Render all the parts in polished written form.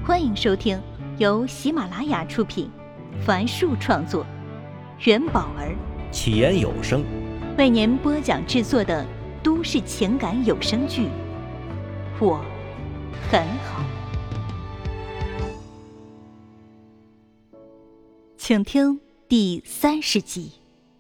欢迎收听由喜马拉雅出品，樊树创作，元宝儿起言有声为您播讲制作的都市情感有声剧《我很好》，请听第30集。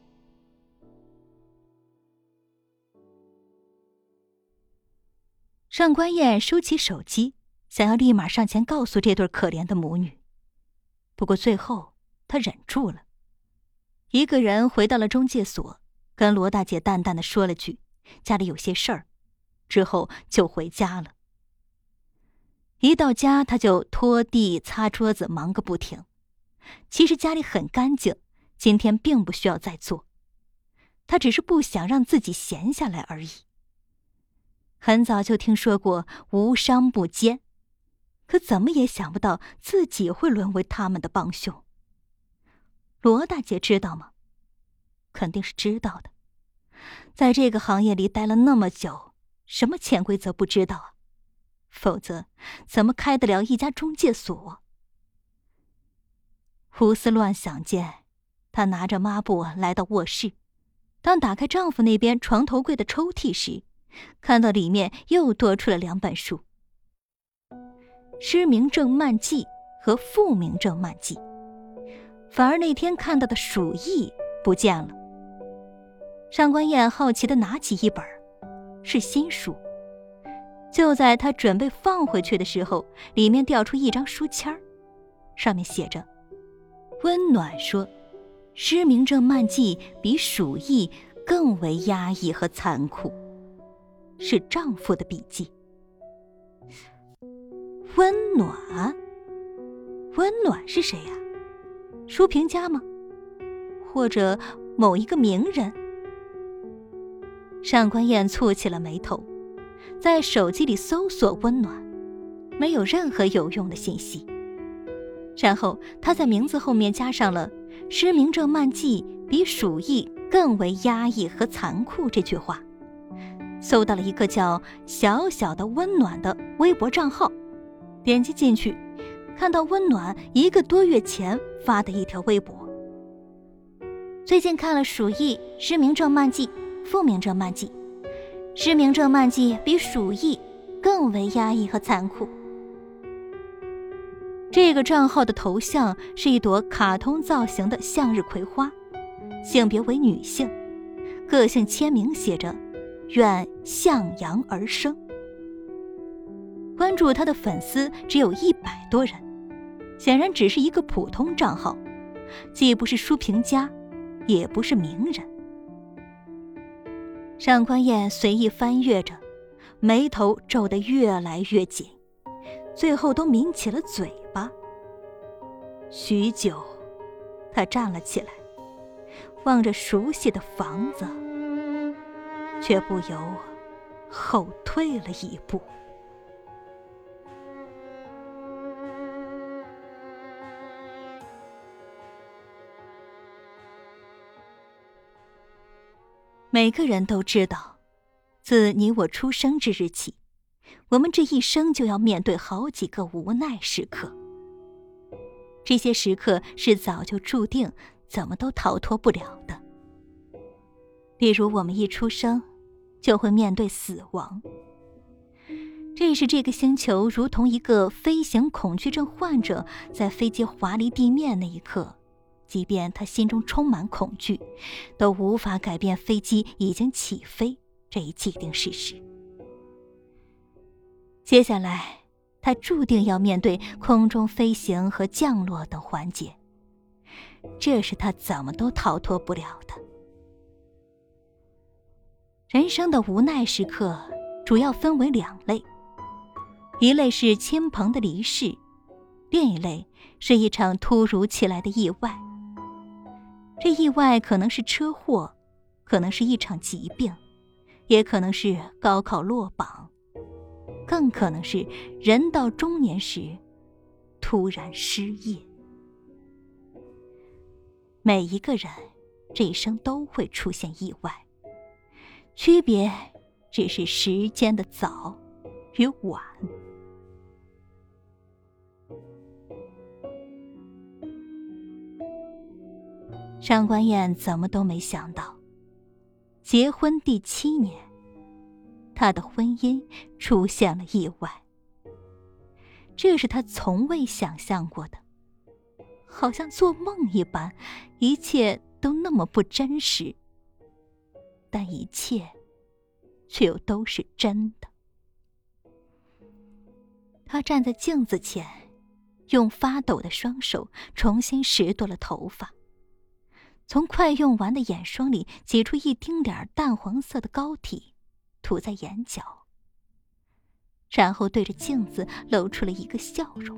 上官燕收起手机，想要立马上前告诉这对可怜的母女，不过最后她忍住了，一个人回到了中介所，跟罗大姐淡淡的说了句家里有些事儿，之后就回家了。一到家她就拖地擦桌子忙个不停，其实家里很干净，今天并不需要再做，她只是不想让自己闲下来而已。很早就听说过无商不奸，可怎么也想不到自己会沦为他们的帮凶。罗大姐知道吗？肯定是知道的，在这个行业里待了那么久，什么潜规则不知道啊？否则怎么开得了一家中介所？胡思乱想间，她拿着抹布来到卧室，当打开丈夫那边床头柜的抽屉时，看到里面又多出了2本书，失明症漫记和复明症漫记，反而那天看到的鼠疫不见了。上官燕好奇地拿起一本，是新书。就在她准备放回去的时候，里面掉出一张书签，上面写着温暖说，失明症漫记比鼠疫更为压抑和残酷，是丈夫的笔记。温暖？温暖是谁呀？书评家吗？或者某一个名人？上官燕蹙起了眉头，在手机里搜索温暖，没有任何有用的信息。然后她在名字后面加上了失明症漫记比鼠疫更为压抑和残酷这句话，搜到了一个叫小小的温暖的微博账号，点击进去，看到温暖1个多月前发的一条微博。最近看了鼠疫、失明症漫记、复明症漫记，失明症漫记比鼠疫更为压抑和残酷。这个账号的头像是一朵卡通造型的向日葵花，性别为女性，个性签名写着愿向阳而生。关注他的粉丝只有100多人，显然只是一个普通账号，既不是书评家，也不是名人。上官燕随意翻阅着，眉头皱得越来越紧，最后都抿起了嘴巴。许久，她站了起来，望着熟悉的房子，却不由后退了一步。每个人都知道，自你我出生之日起，我们这一生就要面对好几个无奈时刻。这些时刻是早就注定，怎么都逃脱不了的。例如我们一出生就会面对死亡，这是这个星球如同一个飞行恐惧症患者在飞机滑离地面那一刻，即便他心中充满恐惧，都无法改变飞机已经起飞这一既定事实。接下来他注定要面对空中飞行和降落等环节，这是他怎么都逃脱不了的。人生的无奈时刻主要分为2类，一类是亲朋的离世，另一类是一场突如其来的意外。这意外可能是车祸，可能是一场疾病，也可能是高考落榜，更可能是人到中年时突然失业。每一个人这一生都会出现意外，区别只是时间的早与晚。 上官燕怎么都没想到，结婚第7年，她的婚姻出现了意外。这是她从未想象过的，好像做梦一般，一切都那么不真实，但一切却又都是真的。她站在镜子前，用发抖的双手重新拾掇了头发，从快用完的眼霜里挤出一丁点淡黄色的膏体，涂在眼角，然后对着镜子露出了一个笑容，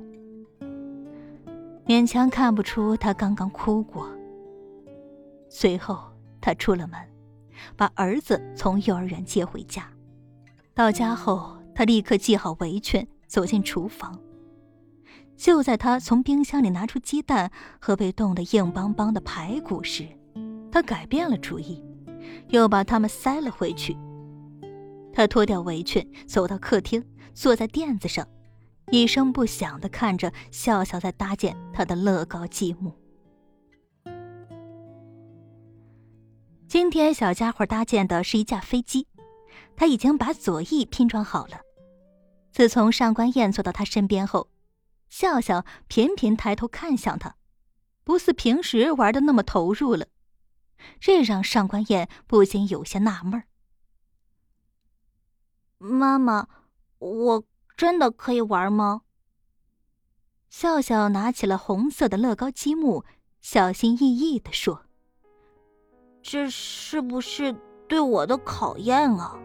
勉强看不出她刚刚哭过。随后她出了门，把儿子从幼儿园接回家。到家后，她立刻系好围裙，走进厨房。就在她从冰箱里拿出鸡蛋和被冻得硬邦邦的排骨时，她改变了主意，又把它们塞了回去。她脱掉围裙，走到客厅，坐在垫子上，一声不响地看着笑笑在搭建她的乐高积木。今天小家伙搭建的是一架飞机，他已经把左翼拼装好了。自从上官燕坐到他身边后，笑笑频频抬头看向他，不似平时玩得那么投入了，这让上官燕不禁有些纳闷。 妈妈，我真的可以玩吗？ 笑笑拿起了红色的乐高积木，小心翼翼地说： 这是不是对我的考验啊？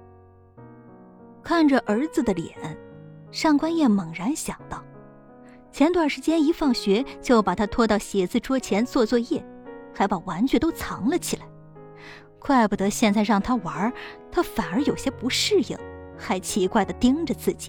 看着儿子的脸，上官燕猛然想到，前段时间一放学就把他拖到写字桌前做作业，还把玩具都藏了起来，怪不得现在让他玩，他反而有些不适应，还奇怪地盯着自己。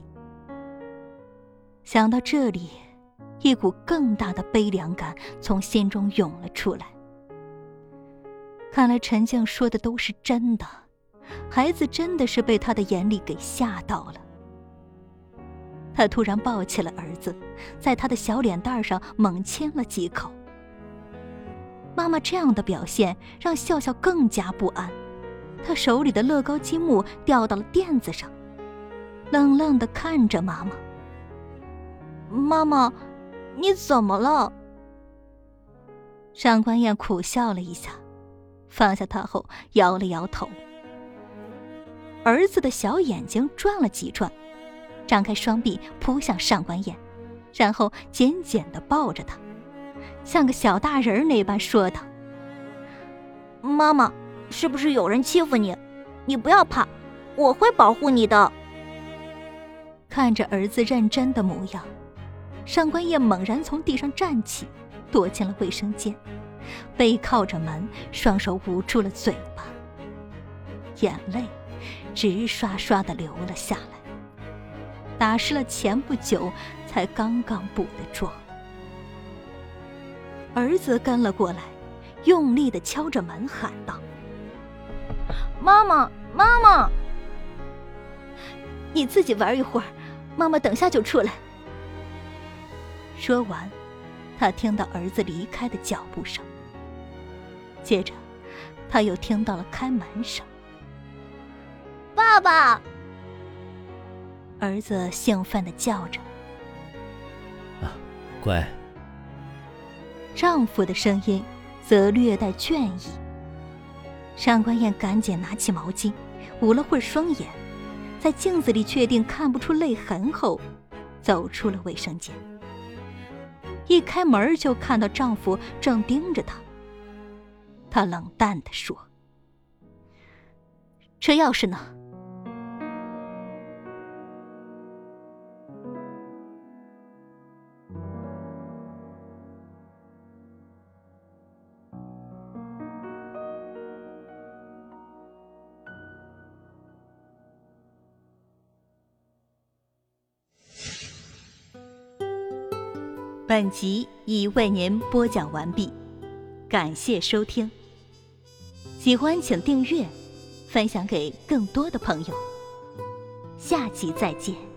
想到这里，一股更大的悲凉感从心中涌了出来。看来陈静说的都是真的，孩子真的是被他的眼里给吓到了。他突然抱起了儿子，在他的小脸蛋上猛亲了几口。妈妈这样的表现让笑笑更加不安，他手里的乐高积木掉到了垫子上，冷冷地看着妈妈。 妈妈，你怎么了？ 上官燕苦笑了一下，放下他后摇了摇头。儿子的小眼睛转了几转，张开双臂扑向上官燕，然后紧紧地抱着她，像个小大人那般说道： 妈妈，是不是有人欺负你？你不要怕，我会保护你的。 看着儿子认真的模样，上官燕猛然从地上站起，躲进了卫生间，背靠着门，双手捂住了嘴巴，眼泪直刷刷地流了下来，打湿了前不久才刚刚补的妆。儿子跟了过来，用力地敲着门喊道： 妈妈，妈妈， 你自己玩一会儿，妈妈等下就出来。说完，他听到儿子离开的脚步声，接着他又听到了开门声。 爸爸！ 儿子兴奋地叫着。 乖。 丈夫的声音则略带倦意。上官燕赶紧拿起毛巾，捂了会儿双眼，在镜子里确定看不出泪痕后，走出了卫生间。一开门就看到丈夫正盯着她，她冷淡地说：车钥匙呢？本集已为您播讲完毕，感谢收听。喜欢请订阅，分享给更多的朋友。下集再见。